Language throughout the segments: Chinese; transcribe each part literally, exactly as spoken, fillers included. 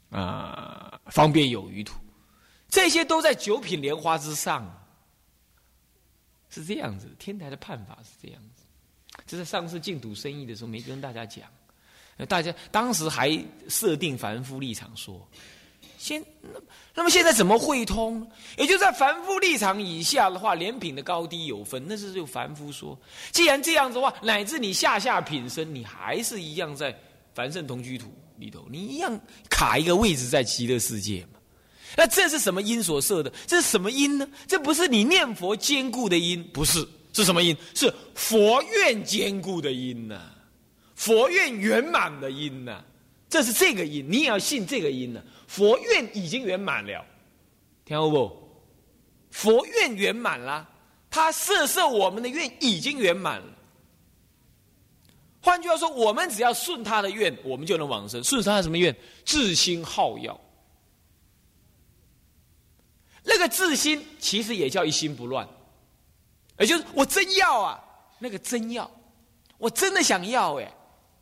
啊、呃，方便有余土，这些都在九品莲花之上，是这样子。天台的判法是这样子，这是上次净土生意的时候没跟大家讲，大家当时还设定凡夫立场说，先那么现在怎么会通？也就在凡夫立场以下的话，莲品的高低有分，那是就凡夫说。既然这样子的话，乃至你下下品身，你还是一样在凡圣同居土里头，你一样卡一个位置在极乐世界嘛。那这是什么因所设的？这是什么因呢？这不是你念佛坚固的因，不是，是什么因？是佛愿坚固的因呐、啊，佛愿圆满的因呐、啊，这是这个因，你也要信这个因呐、啊。佛愿已经圆满了，听到不？佛愿圆满了，他摄摄我们的愿已经圆满了。换句话说，我们只要顺他的愿，我们就能往生。顺他的什么愿？至心好要。那个至心其实也叫一心不乱，也就是我真要啊，那个真要，我真的想要哎。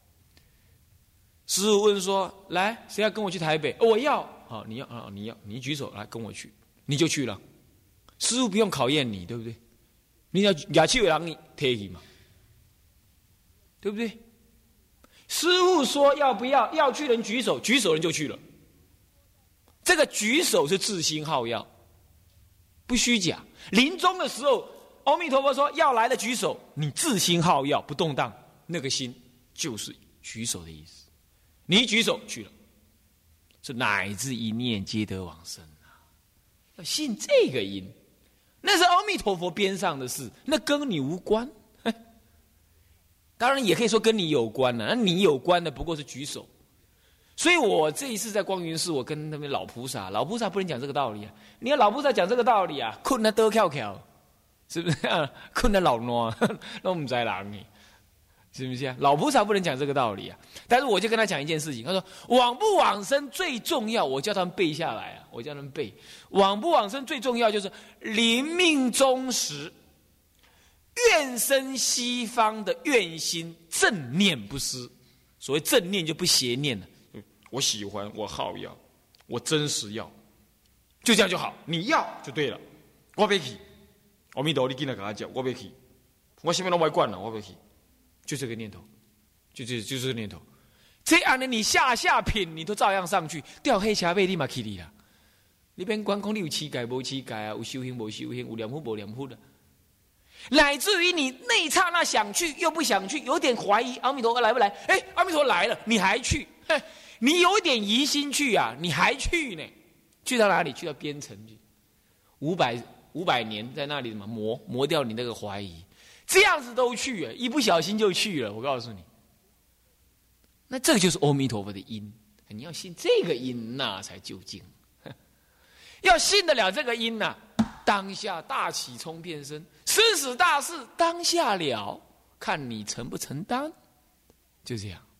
师父问说：“来，谁要跟我去台北？”哦、我要。好，你要啊，你要，你举手来跟我去，你就去了。师父不用考验你，对不对？你要亚气为让你贴你嘛，对不对？师父说要不要，要去人举手，举手人就去了。这个举手是至心好要，不虚假。临终的时候，阿弥陀佛说要来的举手，你至心好要，不动荡，那个心就是举手的意思。你一举手去了，是乃至一念皆得往生啊！要信这个因，那是阿弥陀佛边上的事，那跟你无关。当然也可以说跟你有关了、啊，那你有关的不过是举手。所以我这一次在光云寺，我跟那边老菩萨，老菩萨不能讲这个道理啊！你看老菩萨讲这个道理啊，困得多翘翘，是不是、啊？困得老烂，那我们在哪里？是不是啊？老菩萨不能讲这个道理啊！但是我就跟他讲一件事情，他说往不往生最重要，我叫他们背下来啊，我叫他们背。往不往生最重要就是临命终时，愿生西方的愿心正念不失。所谓正念就不邪念了，我喜欢，我好要，我真实要，就这样就好。你要就对了，我不去。阿弥陀佛，你今天跟他讲，我不去，我什么都不管了，我不去。就这个念头，就这就这个念头，这样呢，你下下品你都照样上去，掉黑车尾你嘛去你啦。你别管讲你有乞丐无乞丐啊，有修行无修行，有念佛无念佛的，乃至于你那一刹那想去又不想去，有点怀疑阿弥陀佛来不来？哎，阿弥陀佛来了，你还去？你有点疑心去啊，你还去呢？去到哪里？去到边城去，五百五百年在那里什么磨磨掉你那个怀疑。这样子都去了，一不小心就去了。我告诉你，那这个就是阿弥陀佛的因，你要信这个因呐、啊，才究竟。要信得了这个因呐、啊，当下大喜冲遍身，生死大事当下了，看你承不承担，就这样。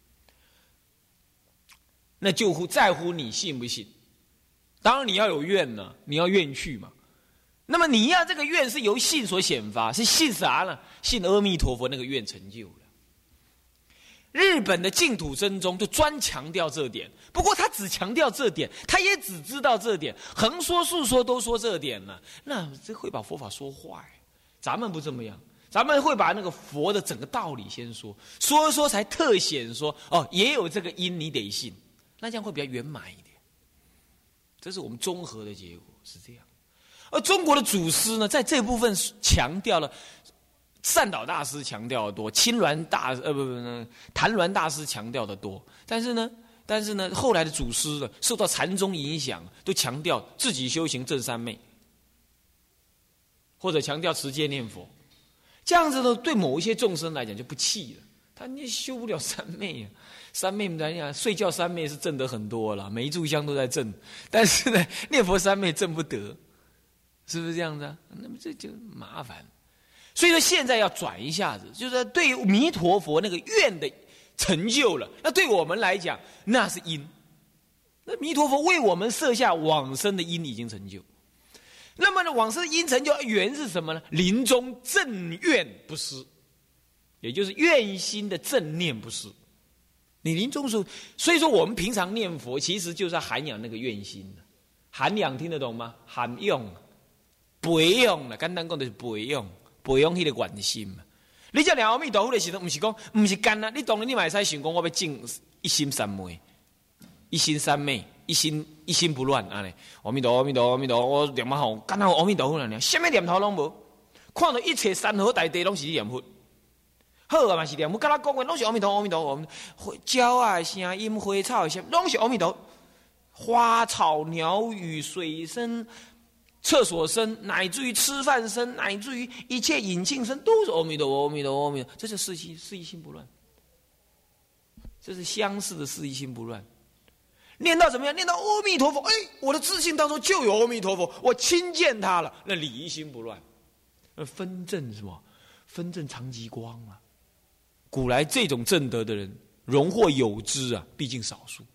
那就乎在乎你信不信。当然你要有愿呢、啊，你要愿去嘛。那么你要这个愿是由信所显发，是信啥呢？信阿弥陀佛那个愿成就了。日本的净土真宗就专强调这点，不过他只强调这点，他也只知道这点，横说竖说都说这点了，那这会把佛法说坏。咱们不这么样，咱们会把那个佛的整个道理先说，说说才特显说哦，也有这个因你得信，那这样会比较圆满一点。这是我们综合的结果，是这样。而中国的祖师呢，在这部分强调了，善导大师强调的多，亲鸾大呃不不不，谭鸾大师强调的多。但是呢，但是呢，后来的祖师呢，受到禅宗影响，都强调自己修行正三昧，或者强调持戒念佛。这样子呢，对某一些众生来讲就不气了。他你修不了三昧啊，三昧来讲，睡觉三昧是正得很多了，每一炷香都在正，但是呢，念佛三昧正不得。是不是这样子啊？那么这就麻烦。所以说现在要转一下子，就是对弥陀佛那个愿的成就了，那对我们来讲那是因。那弥陀佛为我们设下往生的因已经成就。那么呢，往生的因成就缘是什么呢？临终正愿不失，也就是愿心的正念不失。 你临终时，所以说我们平常念佛，其实就是要涵养那个愿心的。涵养听得懂吗？涵养，培养啦，简单讲就是培养，培养迄个愿心嘛。你叫念阿弥陀佛的时候，不是讲，不是干啊。你当然你嘛会使想讲，我要证一心三昧，一心三昧，一心一心不乱安尼。阿弥陀佛，阿弥陀佛，阿弥陀佛，我念嘛好，干那阿弥陀佛了，什么念头拢无，看到一切山河大地拢是念佛。好啊嘛是念佛，跟他讲话拢是阿弥陀佛，阿弥陀佛。鸟啊声音，花草的声，拢是阿弥陀佛。花草鸟语、水声、厕所声，乃至于吃饭声，乃至于一切引磬声，都是阿弥陀佛，阿弥陀佛，阿弥陀佛。这是四一四一心不乱，这是相似的四一心不乱。念到怎么样？念到阿弥陀佛，哎，我的自信当中就有阿弥陀佛，我亲见他了，那理一心不乱。那分正是什么？分正常极光啊！古来这种正德的人，荣获有之啊，毕竟少数。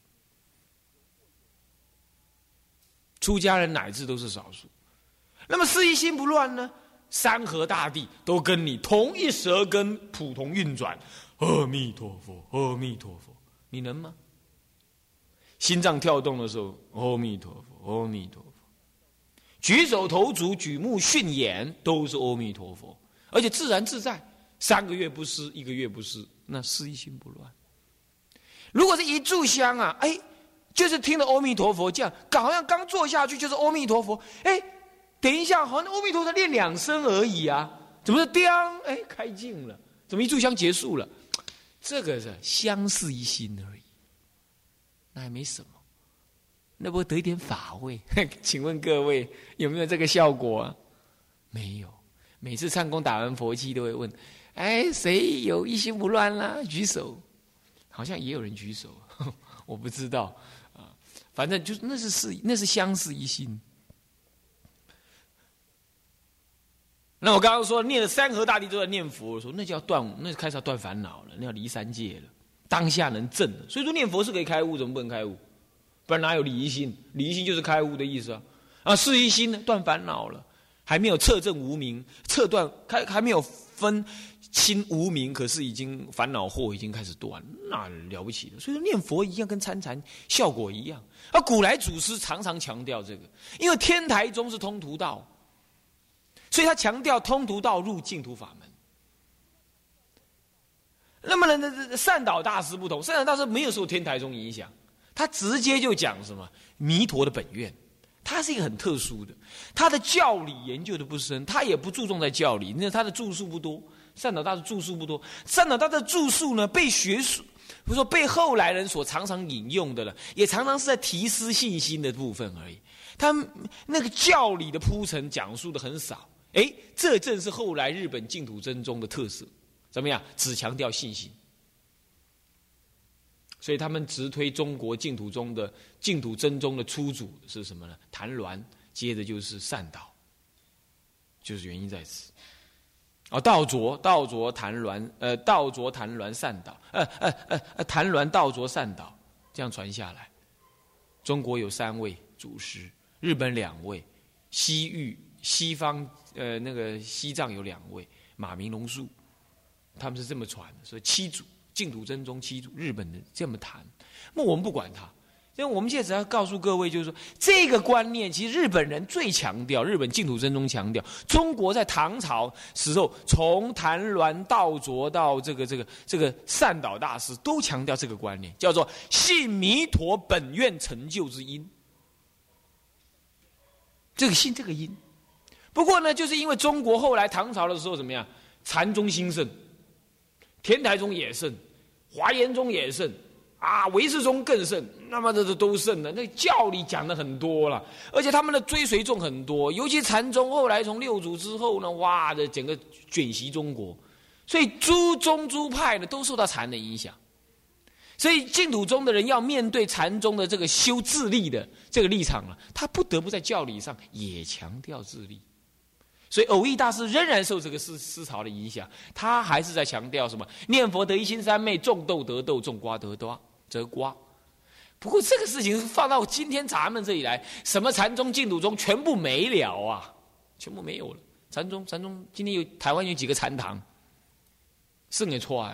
出家人乃至都是少数。那么四一心不乱呢？山河大地都跟你同一舌根普通运转，阿弥陀佛，阿弥陀佛，你能吗？心脏跳动的时候，阿弥陀佛，阿弥陀佛。举手投足、举目训言，都是阿弥陀佛，而且自然自在，三个月不失，一个月不失，那四一心不乱。如果是一炷香啊，哎。就是听了阿弥陀佛这样，好像刚坐下去就是阿弥陀佛，哎，等一下好像阿弥陀佛念两声而已啊，怎么是叮？哎，开镜了，怎么一炷香结束了？这个是相似一心而已，那还没什么，那不得一点法味？请问各位有没有这个效果啊？没有，每次唱功打完佛七都会问，哎，谁有一心不乱啦？举手，好像也有人举手，我不知道。反正就是那是是那是相似一心。那我刚刚说念了山河大地都在念佛的时候，那就要断，那就开始要断烦恼了，那要离三界了，当下能证了。所以说念佛是可以开悟，怎么不能开悟？不然哪有理一心？理一心就是开悟的意思啊！啊，事一心呢，断烦恼了，还没有彻证无明，彻断还还没有分清无明，可是已经烦恼祸已经开始断，那了不起的。所以说念佛一样，跟参禅效果一样。而古来祖师常常强调这个，因为天台宗是通途道，所以他强调通途道入净土法门。那么呢，善导大师不同，善导大师没有受天台宗影响，他直接就讲什么弥陀的本愿。他是一个很特殊的，他的教理研究的不深，他也不注重在教理，因为他的著述不多。善导大师著述不多，善导大师的著述呢，被学术，比如说被后来人所常常引用的了，也常常是在提示信心的部分而已。他那个教理的铺陈讲述的很少，哎，这正是后来日本净土真宗的特色。怎么样？只强调信心。所以他们直推中国净土宗的净土真宗的初祖是什么呢？谭鸾，接着就是善导，就是原因在此。哦，道卓、道卓、谭鸾，呃，道卓、谭鸾、善导，呃呃呃呃，谭鸾、道卓、善导，这样传下来。中国有三位祖师，日本两位，西域、西方，呃，那个西藏有两位，马明龙树，他们是这么传的，所以七祖。净土真宗七祖，日本的这么谈，那我们不管他，因为我们现在只要告诉各位，就是说这个观念，其实日本人最强调，日本净土真宗强调，中国在唐朝时候，从谭鸾、道卓到这个这个这个善导大师，都强调这个观念，叫做信弥陀本愿成就之因。这个信这个因，不过呢，就是因为中国后来唐朝的时候怎么样，禅宗兴盛。天台宗也盛，华严宗也盛，啊，唯识宗更盛，那么这都盛了。那教理讲的很多了，而且他们的追随众很多，尤其禅宗后来从六祖之后呢，哇，这整个卷袭中国，所以诸宗诸派呢都受到禅的影响。所以净土宗的人要面对禅宗的这个修自力的这个立场了，他不得不在教理上也强调自力。所以偶益大师仍然受这个思思潮的影响，他还是在强调什么？念佛得一心三昧，种豆得豆，种瓜得瓜，则瓜。不过这个事情放到今天咱们这里来，什么禅宗、净土宗全部没了啊，全部没有了。禅宗，禅宗今天有台湾有几个禅堂，剩也出来嘛？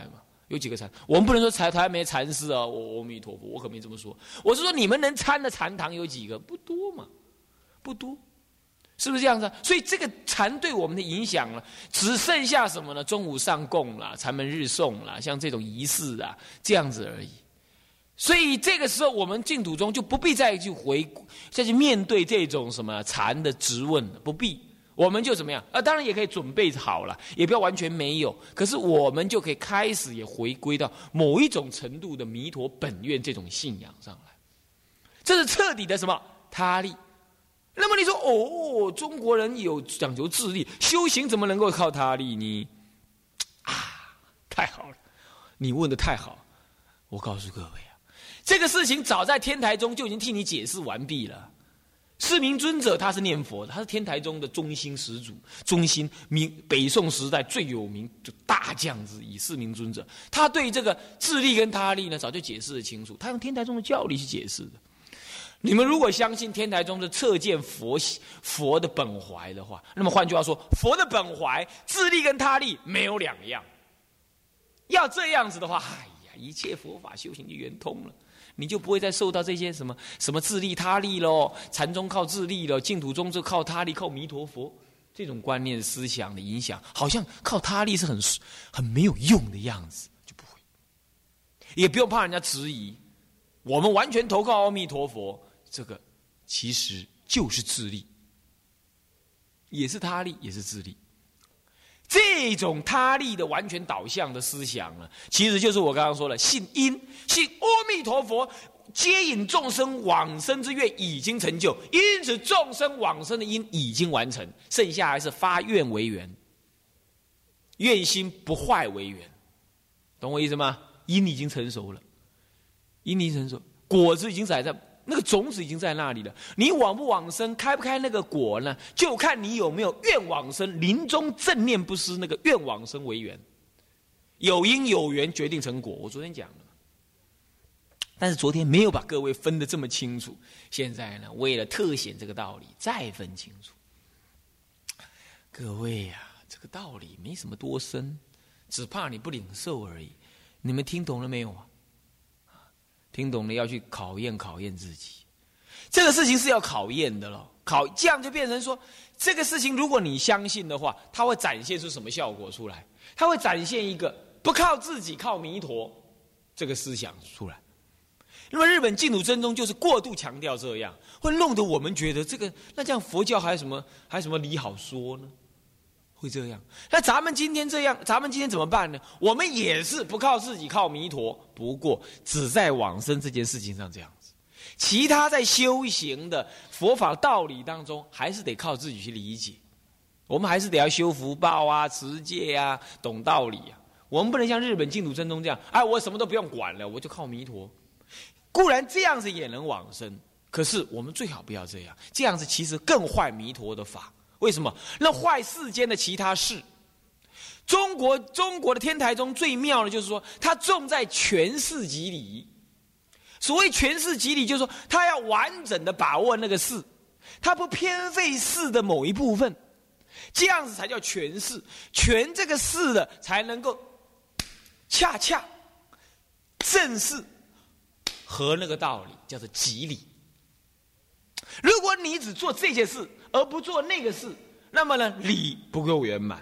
有几个禅？我们不能说台台没禅师啊，我阿弥陀佛，我可没这么说。我是说你们能参的禅堂有几个？不多嘛，不多，是不是这样子、啊？所以这个禅对我们的影响呢，只剩下什么呢？中午上供啦，禅门日诵啦，像这种仪式啊，这样子而已。所以这个时候，我们净土中就不必再去回再去面对这种什么禅的质问了，不必。我们就怎么样？啊，当然也可以准备好了，也不要完全没有。可是我们就可以开始也回归到某一种程度的弥陀本愿这种信仰上来，这是彻底的什么他力。那么你说哦，中国人有讲究自力，修行怎么能够靠他力呢？啊，太好了，你问的太好。我告诉各位啊，这个事情早在天台宗就已经替你解释完毕了。释明尊者他是念佛的，他是天台宗的中兴始祖，中兴明北宋时代最有名就大将之一。释明尊者他对这个自力跟他力呢，早就解释得清楚，他用天台宗的教理去解释的。你们如果相信天台宗的彻见佛佛的本怀的话，那么换句话说，佛的本怀自力跟他力没有两样。要这样子的话，哎呀，一切佛法修行就圆通了。你就不会再受到这些什么什么自利他利咯，禅宗靠自利了，净土宗就靠他利，靠弥陀佛这种观念思想的影响，好像靠他利是很很没有用的样子，就不会，也不用怕人家质疑，我们完全投靠阿弥陀佛，这个其实就是自利，也是他利，也是自利。这种他力的完全导向的思想呢，其实就是我刚刚说的信因，信阿弥陀佛接引众生往生之愿已经成就，因此众生往生的因已经完成，剩下还是发愿为缘，愿心不坏为缘，懂我意思吗？因已经成熟了，因已经成熟，果子已经载在。那个种子已经在那里了，你往不往生，开不开那个果呢？就看你有没有愿往生，临终正念不失那个愿往生为缘，有因有缘决定成果。我昨天讲了，但是昨天没有把各位分得这么清楚，现在呢，为了特显这个道理，再分清楚。各位呀、啊，这个道理没什么多深，只怕你不领受而已。你们听懂了没有啊？听懂了要去考验考验自己，这个事情是要考验的了。考这样就变成说，这个事情如果你相信的话，它会展现出什么效果出来？它会展现一个不靠自己靠弥陀这个思想出来。那么日本净土真宗就是过度强调这样，会弄得我们觉得这个那这样佛教还有什么还有什么理好说呢？会这样。那咱们今天这样，咱们今天怎么办呢？我们也是不靠自己，靠弥陀，不过只在往生这件事情上这样子，其他在修行的佛法道理当中，还是得靠自己去理解。我们还是得要修福报啊、持戒啊、懂道理啊。我们不能像日本净土真宗这样，哎，我什么都不用管了，我就靠弥陀。固然这样子也能往生，可是我们最好不要这样，这样子其实更坏弥陀的法。为什么？那坏世间的其他事。中国中国的天台宗最妙的就是说，它重在诠释即理。所谓诠释即理，就是说他要完整的把握那个事，他不偏废事的某一部分，这样子才叫诠释。诠这个事的，才能够恰恰正是合那个道理，叫做即理。如果你只做这件事而不做那个事，那么呢，理不够圆满。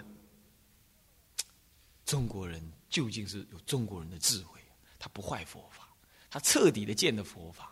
中国人究竟是有中国人的智慧，他不坏佛法，他彻底的见了佛法。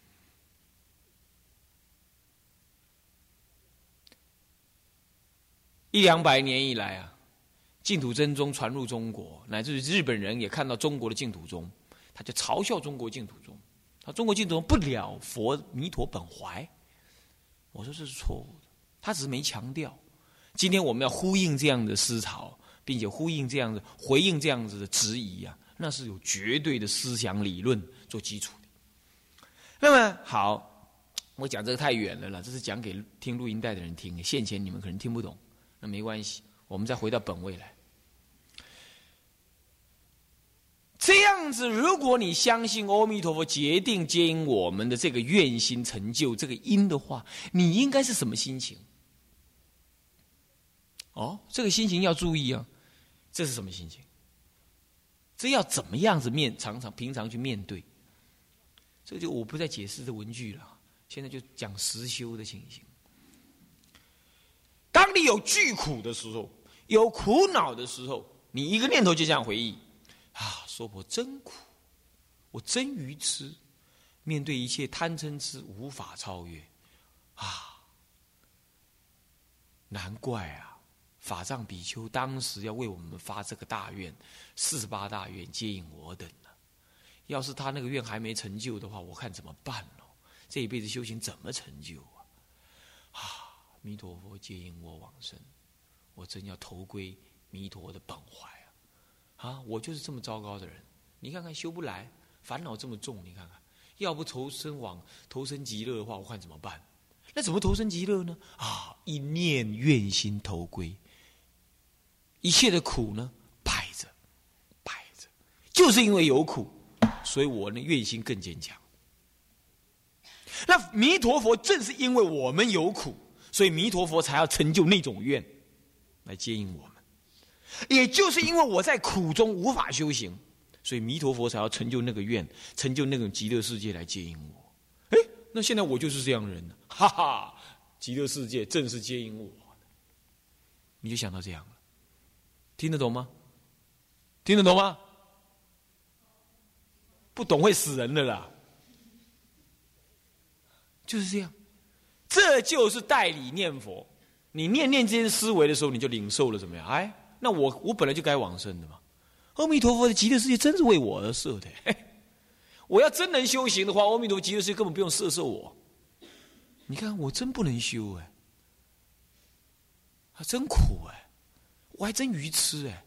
一两百年以来啊，净土真宗传入中国，乃至于日本人也看到中国的净土宗，他就嘲笑中国净土宗，他中国净土宗不了佛弥陀本怀。我说这是错误的，他只是没强调。今天我们要呼应这样的思潮，并且呼应这样的回应这样子的质疑啊，那是有绝对的思想理论做基础的。那么好，我讲这个太远了啦，这是讲给听录音带的人听的，现前你们可能听不懂，那没关系，我们再回到本位来。这样子，如果你相信阿弥陀佛决定接引我们的这个愿心成就这个因的话，你应该是什么心情？哦，这个心情要注意啊，这是什么心情？ 这要怎么样子面常常平常去面对？这就我不再解释这文句了，现在就讲实修的情形。当你有惧苦的时候，有苦恼的时候，你一个念头就这样回忆：啊，娑婆真苦，我真愚痴，面对一切贪嗔痴无法超越，啊，难怪啊，法藏比丘当时要为我们发这个大愿，四十八大愿接引我等呢。要是他那个愿还没成就的话，我看怎么办呢？这一辈子修行怎么成就啊？啊，弥陀佛接引我往生，我真要投归弥陀的本怀啊！啊，我就是这么糟糕的人，你看看修不来，烦恼这么重，你看看，要不投身往投身极乐的话，我看怎么办？那怎么投身极乐呢？啊，一念愿心投归，一切的苦呢，摆着，摆着，就是因为有苦。所以我呢愿心更坚强。那弥陀佛正是因为我们有苦，所以弥陀佛才要成就那种愿来接引我们。也就是因为我在苦中无法修行，所以弥陀佛才要成就那个愿，成就那种极乐世界来接引我。哎，那现在我就是这样的人了，哈哈！极乐世界正是接引我的，你就想到这样了，听得懂吗？听得懂吗？不懂会死人的啦，就是这样，这就是代理念佛。你念念这些思维的时候，你就领受了怎么样？哎，那我我本来就该往生的嘛。阿弥陀佛的极乐世界真是为我而设的。嘿，我要真能修行的话，阿弥陀佛极乐世界根本不用摄受我。你看我真不能修哎，还真苦哎，我还真愚痴哎。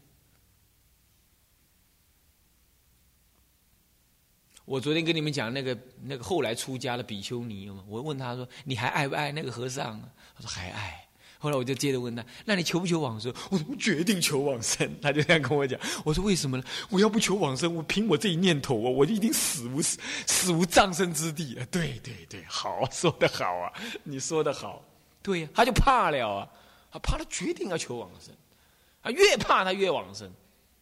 我昨天跟你们讲那个那个后来出家的比丘尼嘛，我问他说：“你还爱不爱那个和尚啊？”他说：“还爱。”后来我就接着问他：“那你求不求往生？”我说：“我决定求往生。”他就这样跟我讲。我说：“为什么呢？我要不求往生，我凭我这一念头啊，我就一定死无死无葬身之地啊！”对对对，好，说得好啊，你说得好。对呀、啊，他就怕了啊，他怕他决定要求往生，他越怕他越往生。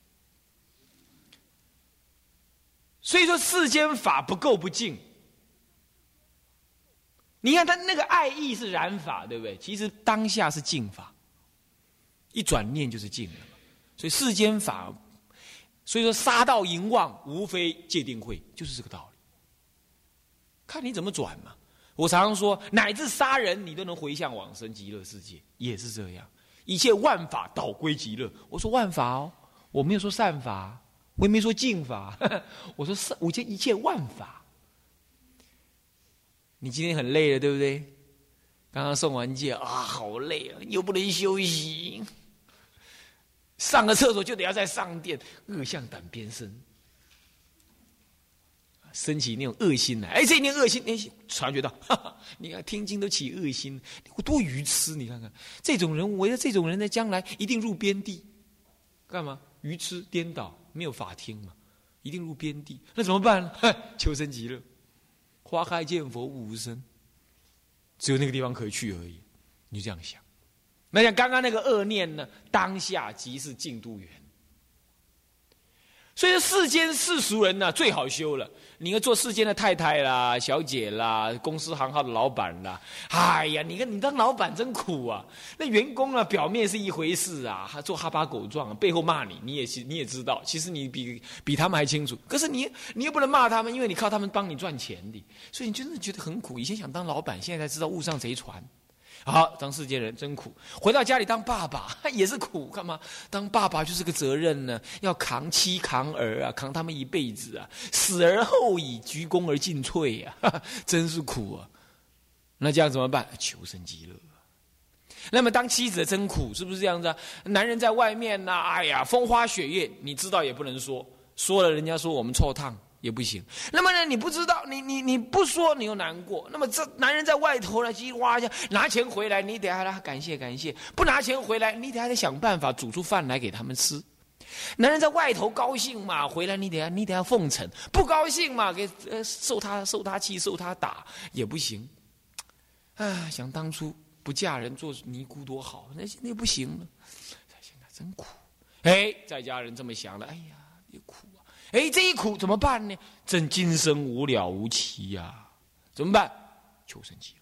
所以说世间法不垢不净，你看他那个爱意是染法，对不对？其实当下是净法，一转念就是净了嘛。所以世间法，所以说杀盗淫妄无非戒定慧，就是这个道理。看你怎么转嘛。我常常说，乃至杀人你都能回向往生极乐世界，也是这样。一切万法导归极乐。我说万法哦，我没有说善法。我也没说净法，呵呵，我说我这一切万法。你今天很累了，对不对？刚刚送完戒啊，好累啊，又不能休息，上个厕所就得要再上电，恶向胆边生，升起那种恶心来。哎，这一念恶心，哎，察觉到，哈哈，你看听经都起恶心，我多愚痴！你看看这种人，我要这种人在将来一定入边地，干嘛？愚痴颠倒。没有法听嘛，一定入边地，那怎么办呢？求生极乐，花开见佛悟无生，只有那个地方可以去而已。你就这样想，那像刚刚那个恶念呢？当下即是净土缘。所以世间世俗人呢、啊、最好修了。你要做世间的太太啦、小姐啦、公司行号的老板啦，哎呀，你看你当老板真苦啊！那员工啊，表面是一回事啊，他做哈巴狗状、啊，背后骂你，你也你也知道，其实你比比他们还清楚。可是你你又不能骂他们，因为你靠他们帮你赚钱的，所以你真的觉得很苦。以前想当老板，现在才知道误上贼船。好，当世间人真苦。回到家里当爸爸也是苦，干嘛？当爸爸就是个责任呢，要扛妻扛儿啊，扛他们一辈子啊，死而后已，鞠躬而尽瘁啊，真是苦啊。那这样怎么办？求生极乐。那么当妻子的真苦，是不是这样子啊？男人在外面呢、啊，哎呀，风花雪月，你知道也不能说，说了人家说我们臭烫。也不行。那么呢，你不知道，你你你不说，你又难过。那么这男人在外头呢，叽哇一下拿钱回来，你得还来感谢感谢；不拿钱回来，你得还得想办法煮出饭来给他们吃。男人在外头高兴嘛，回来你得你得要奉承；不高兴嘛，给呃受他受他气，受他打也不行。啊，想当初不嫁人做尼姑多好，那现在不行了，现在真苦。哎，在家人这么想了，哎呀，也苦。 哎，这一苦怎么办呢？正今生无了无期呀、啊，怎么办？求生极乐，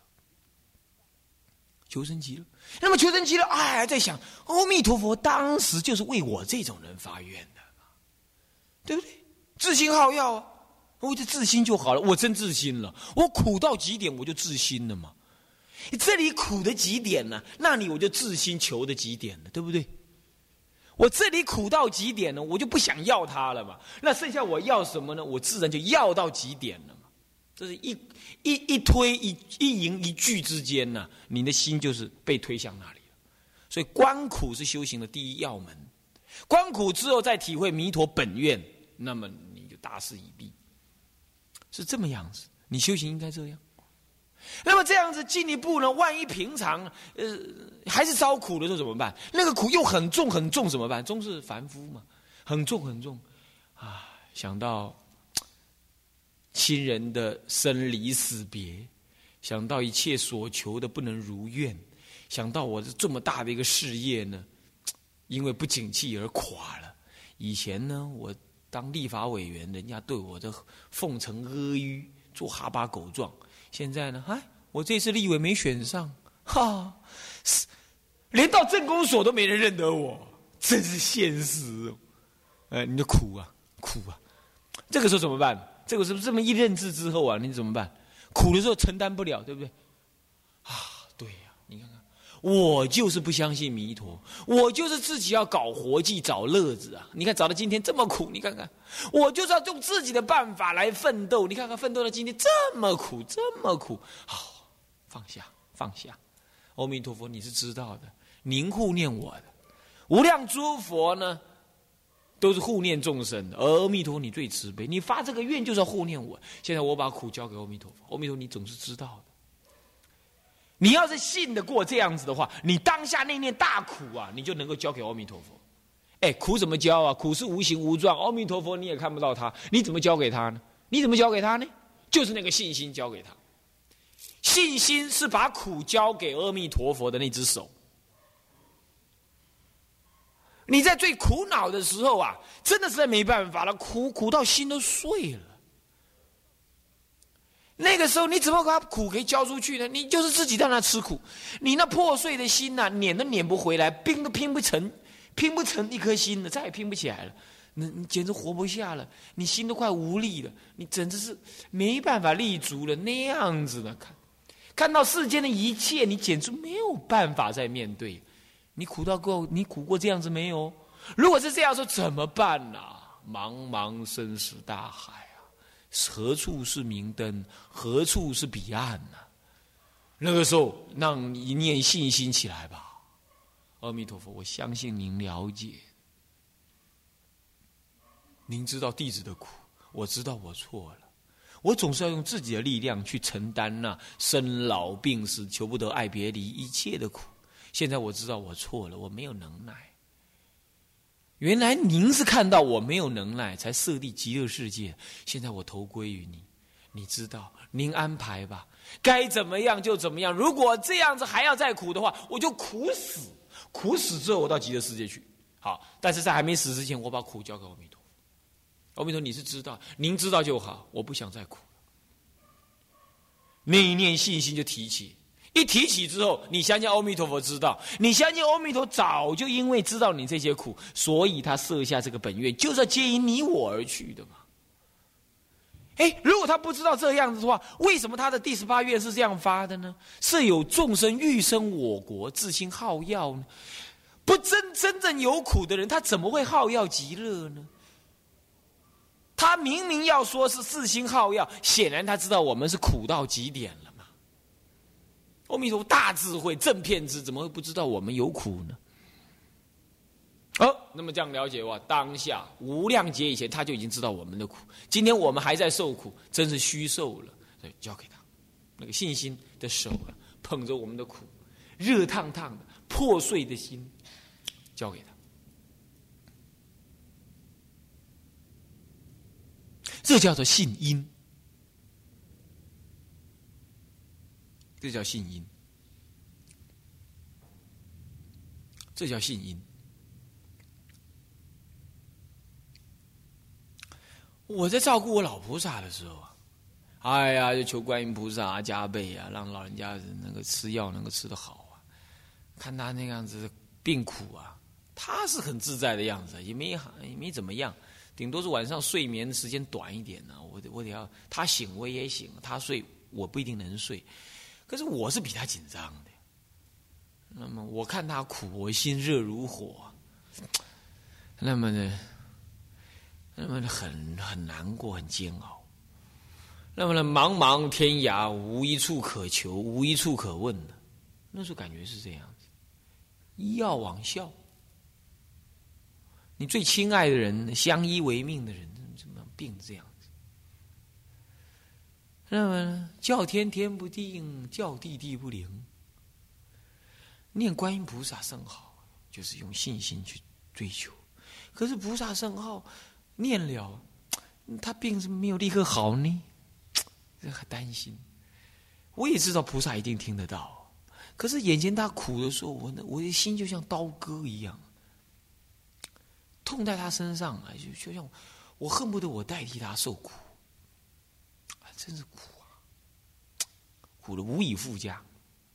求生极乐。那么求生极乐，哎，在想，阿弥陀佛当时就是为我这种人发愿的，对不对？自心好药啊，我就自心就好了。我真自心了，我苦到极点，我就自心了嘛。这里苦的极点呢、啊，那里我就自心求的极点了，对不对？我这里苦到极点呢，我就不想要它了嘛。那剩下我要什么呢？我自然就要到极点了嘛。这是一一一推一一迎一拒之间呢、啊，你的心就是被推向那里了。所以观苦是修行的第一要门。观苦之后，再体会弥陀本愿，那么你就大事已毕。是这么样子，你修行应该这样。那么这样子进一步呢？万一平常呃还是遭苦的时候怎么办？那个苦又很重很重怎么办？终是凡夫嘛，很重很重啊！想到亲人的生离死别，想到一切所求的不能如愿，想到我这么大的一个事业呢，因为不景气而垮了。以前呢，我当立法委员，人家对我的奉承阿谀，做哈巴狗状。现在呢，哎，我这次立委没选上，哈，连到政工所都没人认得我，真是现实哦。哎，你就苦啊，苦啊！这个时候怎么办？这个时候这么一认知之后啊，你怎么办？苦的时候承担不了，对不对？啊，对呀、啊，你看看，我就是不相信弥陀，我就是自己要搞活计找乐子啊！你看找到今天这么苦，你看看，我就是要用自己的办法来奋斗。你看看奋斗到今天这么苦，这么苦，好，放下，放下。阿弥陀佛，你是知道的，您护念我的，无量诸佛呢，都是护念众生的。而阿弥陀佛，你最慈悲，你发这个愿就是要护念我。现在我把苦交给阿弥陀佛，阿弥陀佛，你总是知道的。你要是信得过这样子的话，你当下那念大苦啊，你就能够交给阿弥陀佛。哎，苦怎么交啊？苦是无形无状，阿弥陀佛你也看不到他，你怎么交给他呢？你怎么交给他呢？就是那个信心交给他。信心是把苦交给阿弥陀佛的那只手。你在最苦恼的时候啊，真的实在没办法了，苦苦到心都碎了。那个时候你怎么把苦给交出去呢？你就是自己在那吃苦，你那破碎的心呐、啊，撵都撵不回来，拼都拼不成，拼不成一颗心了，再也拼不起来了。你你简直活不下了，你心都快无力了，你简直是没办法立足了，那样子的看，看到世间的一切，你简直没有办法再面对。你苦到够，你苦过这样子没有？如果是这样说，怎么办呢、啊？茫茫生死大海。何处是明灯？何处是彼岸呢、啊？那个时候，让你一念信心起来吧。阿弥陀佛，我相信您了解，您知道弟子的苦，我知道我错了。我总是要用自己的力量去承担那、啊、生老病死、求不得、爱别离一切的苦。现在我知道我错了，我没有能耐。原来您是看到我没有能耐，才设立极乐世界。现在我投归于你，你知道，您安排吧，该怎么样就怎么样。如果这样子还要再苦的话，我就苦死，苦死之后我到极乐世界去。好，但是在还没死之前，我把苦交给阿弥陀佛。阿弥陀佛，你是知道，您知道就好，我不想再苦了。那一念信心就提起。一提起之后，你相信阿弥陀佛知道，你相信阿弥陀早就因为知道你这些苦，所以他设下这个本愿，就是要接引你我而去的嘛。哎，如果他不知道这样子的话，为什么他的第十八愿是这样发的呢？是有众生欲生我国，自心好药呢？不真真正有苦的人，他怎么会好药极乐呢？他明明要说是自心好药，显然他知道我们是苦到极点了。阿弥陀佛大智慧正遍知，怎么会不知道我们有苦呢？哦，那么这样了解的话，当下无量劫以前他就已经知道我们的苦，今天我们还在受苦，真是虚受了。所以交给他，那个信心的手啊，捧着我们的苦，热烫烫的破碎的心，交给他。这叫做信因。这叫信因，这叫信因。 我在照顾我老菩萨的时候啊，哎呀，就求观音菩萨啊加倍啊，让老人家那个吃药能够吃得好啊。看他那个样子病苦啊，他是很自在的样子，也没也没怎么样，顶多是晚上睡眠的时间短一点呢、啊。我得我得要他醒我也醒，他睡我不一定能睡，可是我是比他紧张的。那么我看他苦，我心热如火，那么呢，那么很很难过，很煎熬。那么呢，茫茫天涯，无一处可求，无一处可问的，那时候感觉是这样子。医药往效，你最亲爱的人，相依为命的人，怎么病这样子？那么叫天天不定，叫地地不灵。念观音菩萨圣号，就是用信心去追求。可是菩萨圣号念了，他病是没有立刻好呢，这很担心。我也知道菩萨一定听得到，可是眼前他苦的时候，我我的心就像刀割一样，痛在他身上啊，就就像我恨不得我代替他受苦，啊，真是苦啊，苦的无以复加。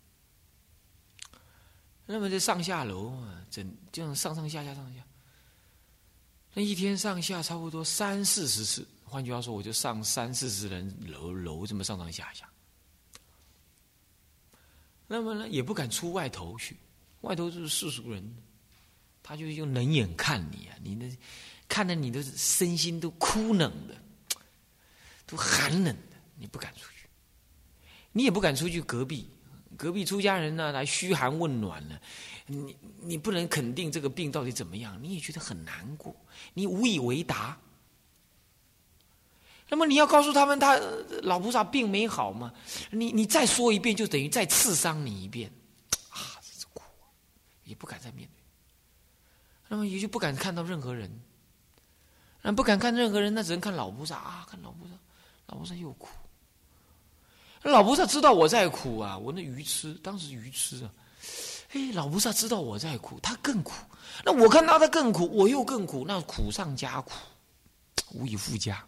那么这上下楼啊，整这样上上下下上下，那一天上下差不多三四十次。换句话说，我就上三四十人楼楼这么上上下下。那么呢，也不敢出外头去，外头就是世俗人，他就用冷眼看你啊，你的看得你的身心都枯冷的，都寒冷的，你不敢出去，你也不敢出去隔壁。隔壁出家人呢、啊、来嘘寒问暖了，你你不能肯定这个病到底怎么样，你也觉得很难过，你无以为答。那么你要告诉他们，他老菩萨病没好吗？你你再说一遍，就等于再刺伤你一遍，啊，这是苦啊，也不敢再面对。那么也就不敢看到任何人，那不敢看任何人，那只能看老菩萨啊，看老菩萨，老菩萨又苦。老菩萨知道我在苦啊，我那愚痴，当时愚痴啊，哎，老菩萨知道我在苦，他更苦，那我看到他更苦，我又更苦，那苦上加苦，无以复加，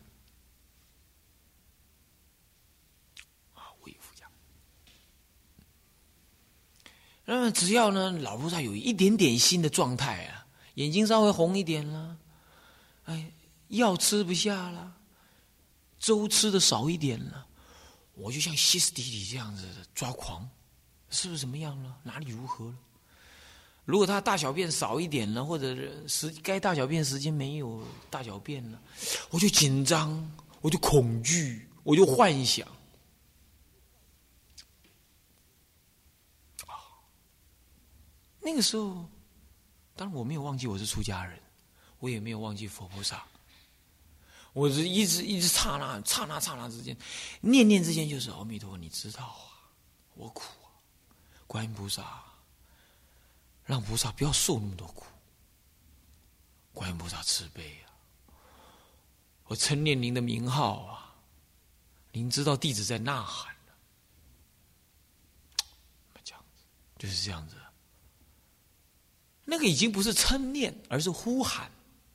啊，无以复加。那么只要呢，老菩萨有一点点新的状态啊，眼睛稍微红一点了，哎，药吃不下了，粥吃的少一点了。我就像歇斯底里这样子的抓狂，是不是怎么样了？哪里如何了？如果他大小便少一点了，或者时该大小便时间没有大小便了，我就紧张，我就恐惧，我就幻想。那个时候，当然我没有忘记我是出家人，我也没有忘记佛菩萨。我是一直一直刹那刹那刹那之间，念念之间就是阿弥陀佛，你知道啊，我苦啊，观音菩萨，让菩萨不要受那么多苦，观音菩萨慈悲啊，我称念您的名号啊，您知道弟子在呐喊了，这样子就是这样子，那个已经不是称念，而是呼喊。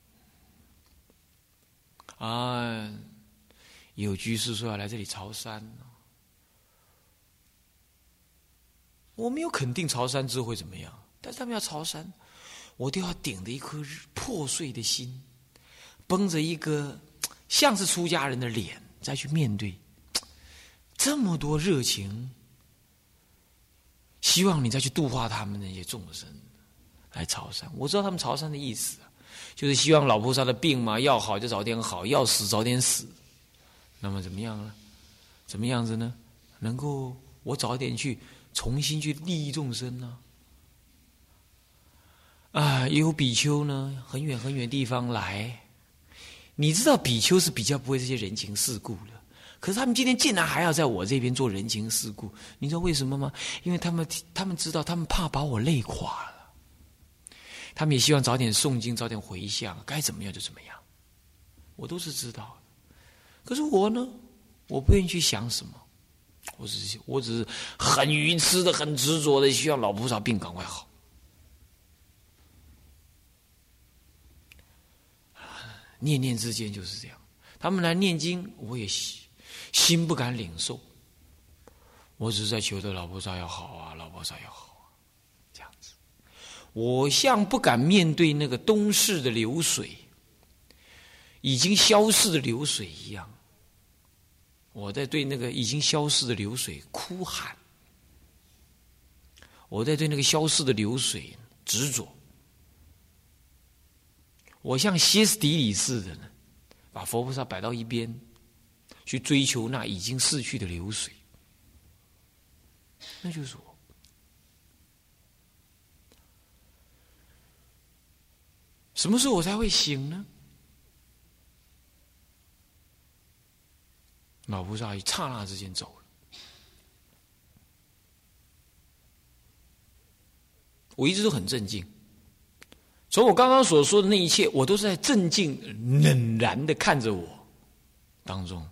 啊，有居士说要来这里朝山，我没有肯定朝山之后会怎么样，但是他们要朝山，我都要顶着一颗破碎的心，绷着一个像是出家人的脸再去面对这么多热情，希望你再去度化他们那些众生来朝山。我知道他们朝山的意思，就是希望老菩萨的病嘛，要好就早点好，要死早点死。那么怎么样呢？怎么样子呢？能够我早点去重新去利益众生呢？啊，也有比丘呢，很远很远地方来。你知道比丘是比较不会这些人情世故的，可是他们今天竟然还要在我这边做人情世故，你知道为什么吗？因为他们他们知道，他们怕把我累垮了。他们也希望早点诵经，早点回向，该怎么样就怎么样，我都是知道的。可是我呢，我不愿意去想什么，我只是我只是很愚痴的、很执着的，希望老菩萨病赶快好。念念之间就是这样， 他们来念经，我也心不敢领受。我只是在求得老菩萨要好啊，老菩萨要好啊，这样子。我像不敢面对那个东逝的流水，已经消逝的流水一样。我在对那个已经消逝的流水哭喊，我在对那个消逝的流水执着。我像歇斯底里似的呢，把佛菩萨摆到一边，去追求那已经逝去的流水。那就是我。什么时候我才会醒呢？老菩萨一刹那之间走了。我一直都很镇静，从我刚刚所说的那一切，我都是在镇静冷然的看着我当中，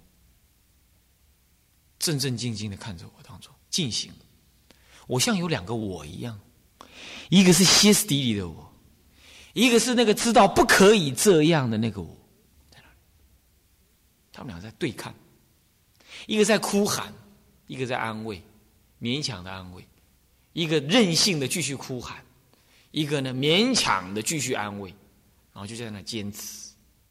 正正静静的看着我当中进行。我像有两个我一样，一个是歇斯底里的我，一个是那个知道不可以这样的那个我，在那里，他们俩在对抗，一个在哭喊，一个在安慰，勉强的安慰，一个任性的继续哭喊，一个呢勉强的继续安慰，然后就在那坚持。